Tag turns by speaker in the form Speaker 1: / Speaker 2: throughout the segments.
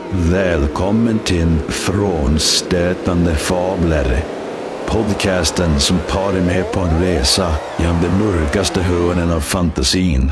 Speaker 1: Välkommen till Frånstötande fabler. Podcasten som tar dig med på en resa genom de mörkaste hörnen av fantasin.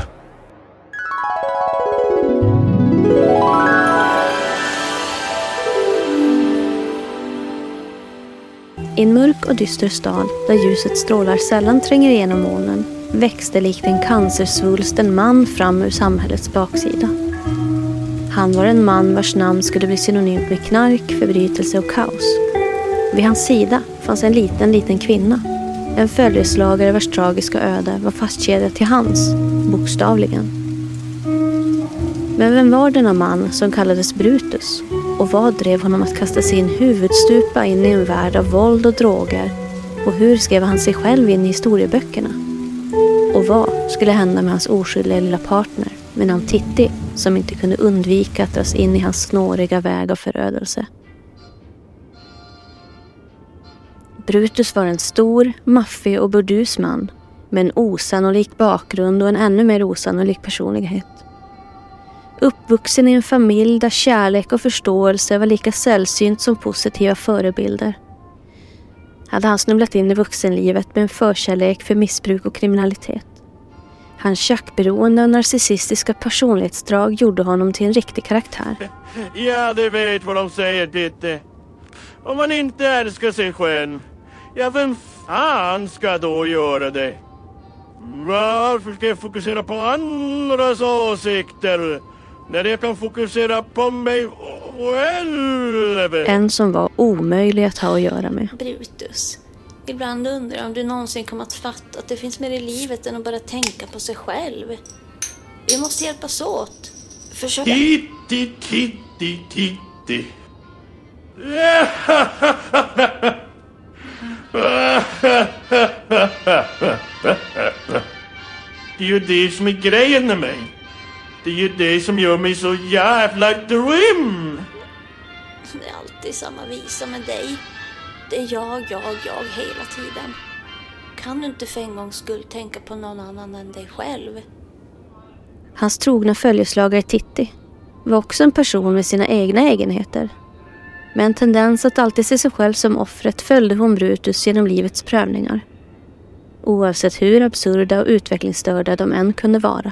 Speaker 2: I en mörk och dyster stad, där ljusets strålar sällan tränger igenom molnen, växte likt en cancersvulst en man fram ur samhällets baksida. Han var en man vars namn skulle bli synonymt med knark, förbrytelse och kaos. Vid hans sida fanns en liten kvinna. En följeslagare vars tragiska öde var fastkedjad till hans, bokstavligen. Men vem var denna man som kallades Brutus? Och vad drev honom att kasta sin huvudstupa in i en värld av våld och droger? Och hur skrev han sig själv in i historieböckerna? Och vad skulle hända med hans oskyldiga lilla partner med namn Titti, som inte kunde undvika att dras in i hans snåriga väg av förödelse? Brutus var en stor, maffig och burdus man med en osannolik bakgrund och en ännu mer osannolik personlighet. Uppvuxen i en familj där kärlek och förståelse var lika sällsynt som positiva förebilder, hade han snubblat in i vuxenlivet med en förkärlek för missbruk och kriminalitet. Hans tjackberoende och narcissistiska personlighetsdrag gjorde honom till en riktig karaktär.
Speaker 3: Ja, det vet vad de säger, Titti. Om man inte älskar sig själv, ja, vem fan ska då göra det? Varför ska jag fokusera på andras åsikter när jag kan fokusera på mig själv?
Speaker 2: En som var omöjlig att ha att göra med.
Speaker 4: Brutus, ibland undrar om du någonsin kommer att fatta att det finns mer i livet än att bara tänka på sig själv. Vi måste hjälpas åt. Försöka...
Speaker 3: Titti. Det är ju det som är grejen med mig. Det är ju det som gör mig så jävla grym.
Speaker 4: Det är alltid samma visa med dig. Det är jag hela tiden. Kan du inte för en gångs skull tänka på någon annan än dig själv?
Speaker 2: Hans trogna följeslagare Titti var också en person med sina egna egenheter. Med en tendens att alltid se sig själv som offret följde hon Brutus genom livets prövningar. Oavsett hur absurda och utvecklingsstörda de än kunde vara.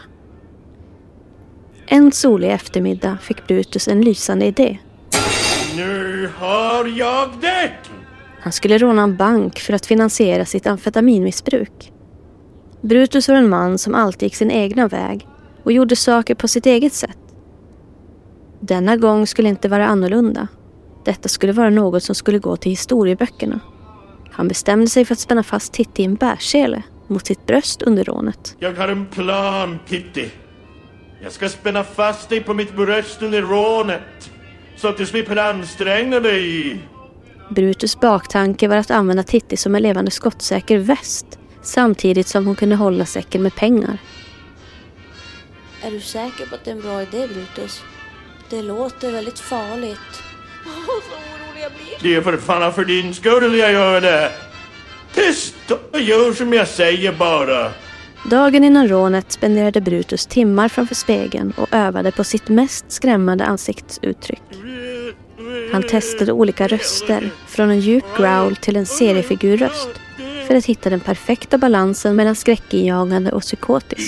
Speaker 2: En solig eftermiddag fick Brutus en lysande idé.
Speaker 3: Nu har jag det!
Speaker 2: Han skulle råna en bank för att finansiera sitt amfetaminmissbruk. Brutus var en man som alltid gick sin egna väg och gjorde saker på sitt eget sätt. Denna gång skulle inte vara annorlunda. Detta skulle vara något som skulle gå till historieböckerna. Han bestämde sig för att spänna fast Titti i en bärsele mot sitt bröst under rånet.
Speaker 3: Jag har en plan, Titti. Jag ska spänna fast dig på mitt bröst under rånet så att du slipper anstränga dig.
Speaker 2: Brutus baktanke var att använda Titti som en levande skottsäker väst, samtidigt som hon kunde hålla säcken med pengar.
Speaker 4: Är du säker på att det är en bra idé, Brutus? Det låter väldigt farligt. Så orolig jag blir.
Speaker 3: Det är för fan för din skull jag gör det. Tyst och gör som jag säger bara.
Speaker 2: Dagen innan rånet spenderade Brutus timmar framför spegeln och övade på sitt mest skrämmande ansiktsuttryck. Han testade olika röster, från en djup growl till en seriefigurröst, för att hitta den perfekta balansen mellan skräckinjagande och psykotisk.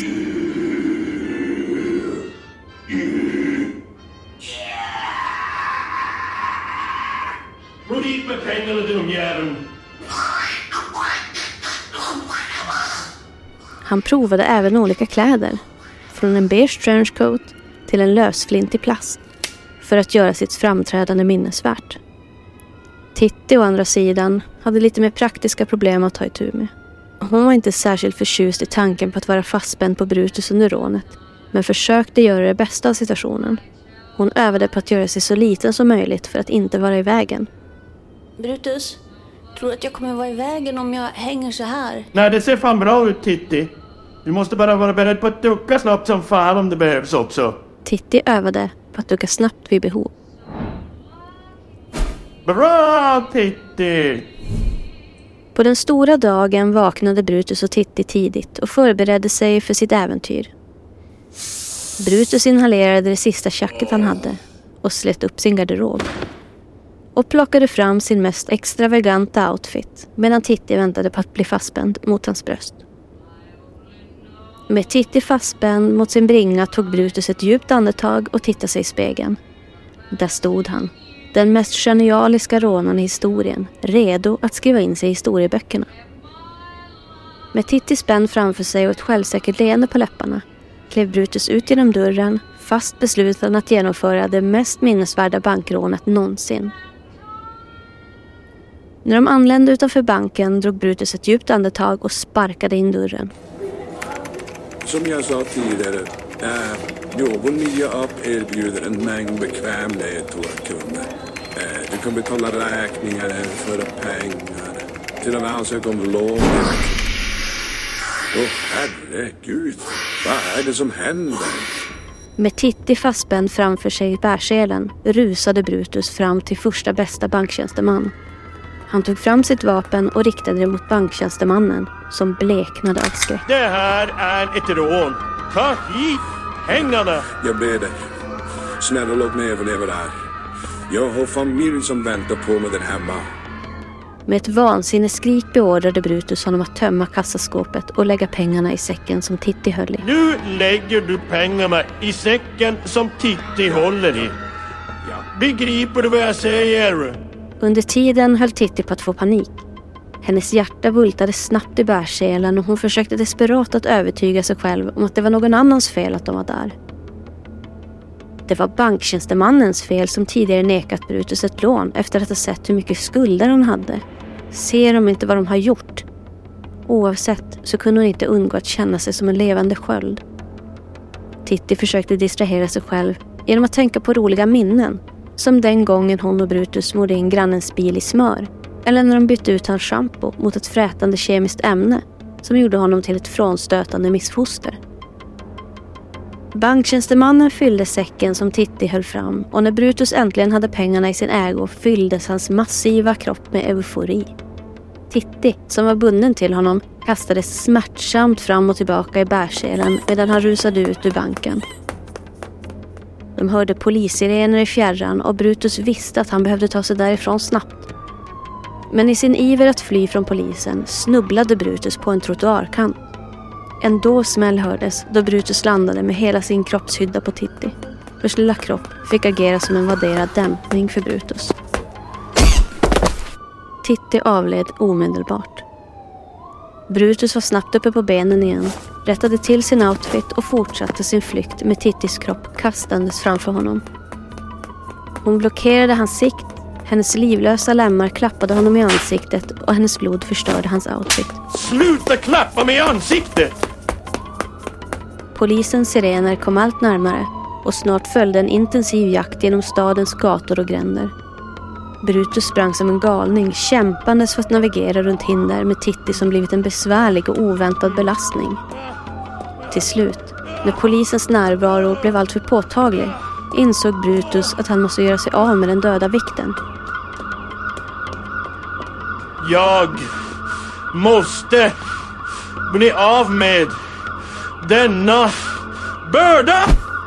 Speaker 3: Gå dit med pengarna, dumjäveln.
Speaker 2: Han provade även olika kläder, från en beige trenchcoat till en lösflint i plast, för att göra sitt framträdande minnesvärt. Titti å andra sidan hade lite mer praktiska problem att ta itu med. Hon var inte särskilt förtjust i tanken på att vara fastspänd på Brutus under rånet, men försökte göra det bästa av situationen. Hon övade på att göra sig så liten som möjligt för att inte vara i vägen.
Speaker 4: Brutus, tror du att jag kommer vara i vägen om jag hänger så här?
Speaker 3: Nej, det ser fan bra ut, Titti. Du måste bara vara beredd på att ducka snabbt som fan om det behövs också.
Speaker 2: Titti övade på att ducka snabbt vid behov.
Speaker 3: Bra, Titti!
Speaker 2: På den stora dagen vaknade Brutus och Titti tidigt och förberedde sig för sitt äventyr. Brutus inhalerade det sista tjacket han hade och slet upp sin garderob. Och plockade fram sin mest extravaganta outfit medan Titti väntade på att bli fastspänd mot hans bröst. Med Titti fastspänd mot sin bringa tog Brutus ett djupt andetag och tittade sig i spegeln. Där stod han, den mest genialiska rånaren i historien, redo att skriva in sig i historieböckerna. Med Titti spänd framför sig och ett självsäkert leende på läpparna klev Brutus ut genom dörren, fast besluten att genomföra det mest minnesvärda bankrånet någonsin. När de anlände utanför banken drog Brutus ett djupt andetag och sparkade in dörren.
Speaker 5: Som jag sa tidigare, någon nya app erbjuder en mängd bekvämlighet till våra kunder. Du kan betala räkningar, föra pengar, till och med ansöka om lån. Herregud, vad är det som händer?
Speaker 2: Med Titti fastspänd framför sig i bärselen rusade Brutus fram till första bästa banktjänsteman. Han tog fram sitt vapen och riktade det mot banktjänstemannen som bleknade av skräck.
Speaker 3: Det här är ett rån. Ta hit pengarna.
Speaker 5: Jag ber dig, snälla låt mig överleva det här. Jag har familj som väntar på mig där hemma.
Speaker 2: Med ett vansinneskrik beordrade Brutus honom att tömma kassaskåpet och lägga pengarna i säcken som Titti höll i.
Speaker 3: Nu lägger du pengarna i säcken som Titti håller i. Begriper du vad jag säger?
Speaker 2: Under tiden höll Titti på att få panik. Hennes hjärta bultade snabbt i bärselen och hon försökte desperat att övertyga sig själv om att det var någon annans fel att de var där. Det var banktjänstemannens fel som tidigare nekat Brutus ett lån efter att ha sett hur mycket skulder hon hade. Ser de inte vad de har gjort? Oavsett så kunde hon inte undgå att känna sig som en levande sköld. Titti försökte distrahera sig själv genom att tänka på roliga minnen. Som den gången hon och Brutus smorde in grannens bil i smör. Eller när de bytte ut hans shampoo mot ett frätande kemiskt ämne som gjorde honom till ett frånstötande missfoster. Banktjänstemannen fyllde säcken som Titti höll fram och när Brutus äntligen hade pengarna i sin ägo fylldes hans massiva kropp med eufori. Titti, som var bunden till honom, kastades smärtsamt fram och tillbaka i bärselen medan han rusade ut ur banken. De hörde polissirener i fjärran och Brutus visste att han behövde ta sig därifrån snabbt. Men i sin iver att fly från polisen snubblade Brutus på en trottoarkant. En dov smäll hördes då Brutus landade med hela sin kroppshydda på Titti. Vars lilla kropp fick agera som en vadderad dämpning för Brutus. Titti avled omedelbart. Brutus var snabbt uppe på benen igen, rättade till sin outfit och fortsatte sin flykt med Tittis kropp kastandes framför honom. Hon blockerade hans sikt, hennes livlösa lemmar klappade honom i ansiktet och hennes blod förstörde hans outfit.
Speaker 3: Sluta klappa mig i ansiktet!
Speaker 2: Polisens sirener kom allt närmare och snart följde en intensiv jakt genom stadens gator och gränder. Brutus sprang som en galning, kämpandes för att navigera runt hinder med Titti som blivit en besvärlig och oväntad belastning. Till slut, när polisens närvaro blev allt för påtaglig, insåg Brutus att han måste göra sig av med den döda vikten.
Speaker 3: Jag måste bli av med denna börda!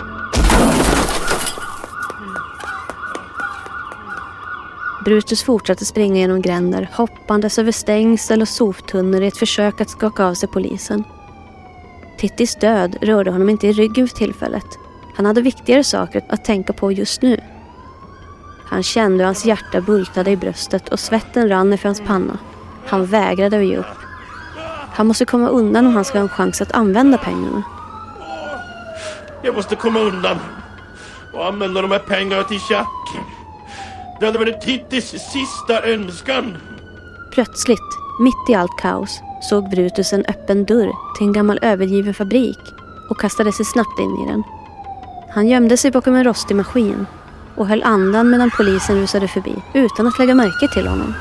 Speaker 2: Brutus fortsatte springa genom gränder, hoppandes över stängsel och soptunnor i ett försök att skaka av sig polisen. Tittis död rörde honom inte i ryggen för tillfället. Han hade viktigare saker att tänka på just nu. Han kände hur hans hjärta bultade i bröstet och svetten rann för hans panna. Han vägrade att ge upp. Han måste komma undan om han ska ha en chans att använda pengarna.
Speaker 3: Jag måste komma undan och använda de här pengarna till Jack. Det hade varit Tittis sista önskan.
Speaker 2: Plötsligt, mitt i allt kaos, såg Brutus en öppen dörr till en gammal övergiven fabrik och kastade sig snabbt in i den. Han gömde sig bakom en rostig maskin och höll andan medan polisen rusade förbi utan att lägga märke till honom.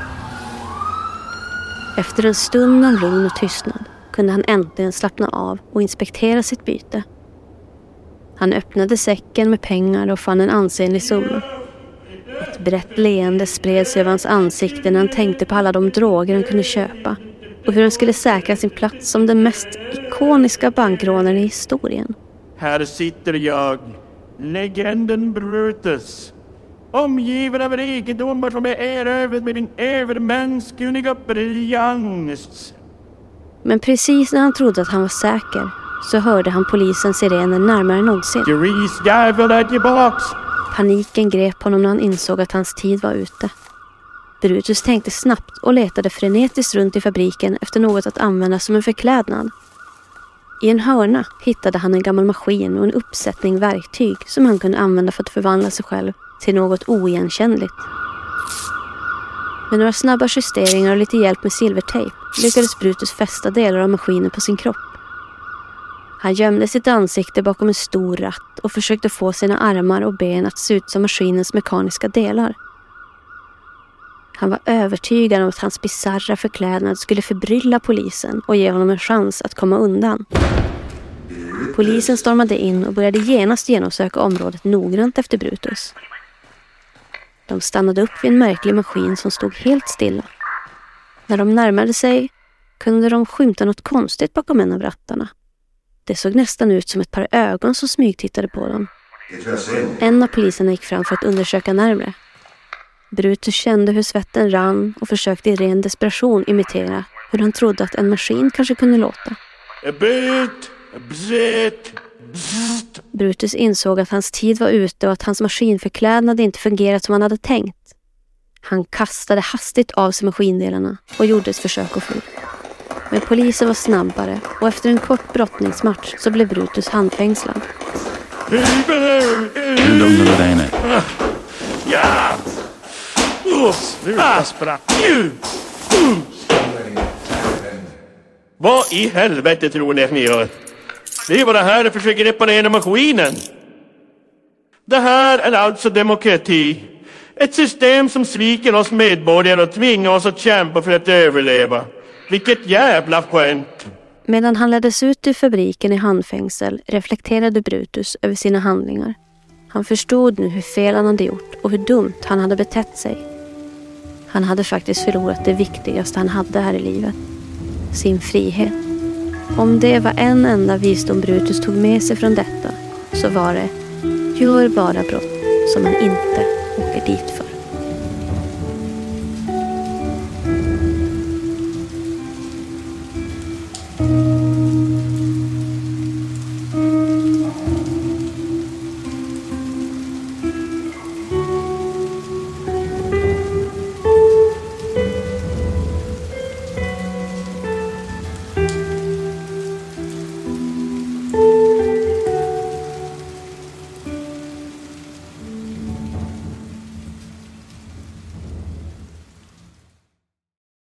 Speaker 2: Efter en stund av lugn och tystnad kunde han äntligen slappna av och inspektera sitt byte. Han öppnade säcken med pengar och fann en ansenlig summa. Ett brett leende spred sig över hans ansikte när han tänkte på alla de droger han kunde köpa och hur han skulle säkra sin plats som den mest ikoniska bankrånaren i historien.
Speaker 3: Här sitter jag, legenden Brutus, omgiven av rikedomar som är erövrat med din övermänskliga briljans.
Speaker 2: Men precis när han trodde att han var säker så hörde han polisens sirener närmare någonsin.
Speaker 3: Grisjävel är tillbaks!
Speaker 2: Paniken grep honom när han insåg att hans tid var ute. Brutus tänkte snabbt och letade frenetiskt runt i fabriken efter något att använda som en förklädnad. I en hörna hittade han en gammal maskin och en uppsättning verktyg som han kunde använda för att förvandla sig själv till något oigenkännligt. Med några snabba justeringar och lite hjälp med silvertejp lyckades Brutus fästa delar av maskinen på sin kropp. Han gömde sitt ansikte bakom en stor ratt och försökte få sina armar och ben att se ut som maskinens mekaniska delar. Han var övertygad om att hans bizarra förklädnad skulle förbrylla polisen och ge honom en chans att komma undan. Polisen stormade in och började genast genomsöka området noggrant efter Brutus. De stannade upp vid en märklig maskin som stod helt stilla. När de närmade sig kunde de skymta något konstigt bakom en av rattarna. Det såg nästan ut som ett par ögon som smygtittade på dem. En av poliserna gick fram för att undersöka närmare. Brutus kände hur svetten rann och försökte i ren desperation imitera hur han trodde att en maskin kanske kunde låta. Brutus insåg att hans tid var ute och att hans maskinförklädnad inte fungerat som han hade tänkt. Han kastade hastigt av sig maskindelarna och gjorde ett försök att fly. Men polisen var snabbare och efter en kort brottningsmatch så blev Brutus handfängslad.
Speaker 1: Lugna dig nu.
Speaker 3: Ja! Sluta spratt. Vad i helvete tror ni att ni gör? Det är bara här och försöker reparera maskinen. Det här är alltså demokrati. Ett system som sviker oss medborgare och tvingar oss att kämpa för att överleva. Vilket jävla skämt.
Speaker 2: Medan han leddes ut ur fabriken i handfängsel reflekterade Brutus över sina handlingar. Han förstod nu hur fel han hade gjort och hur dumt han hade betett sig. Han hade faktiskt förlorat det viktigaste han hade här i livet. Sin frihet. Om det var en enda visdom Brutus tog med sig från detta så var det: gör bara brott som man inte åker dit för.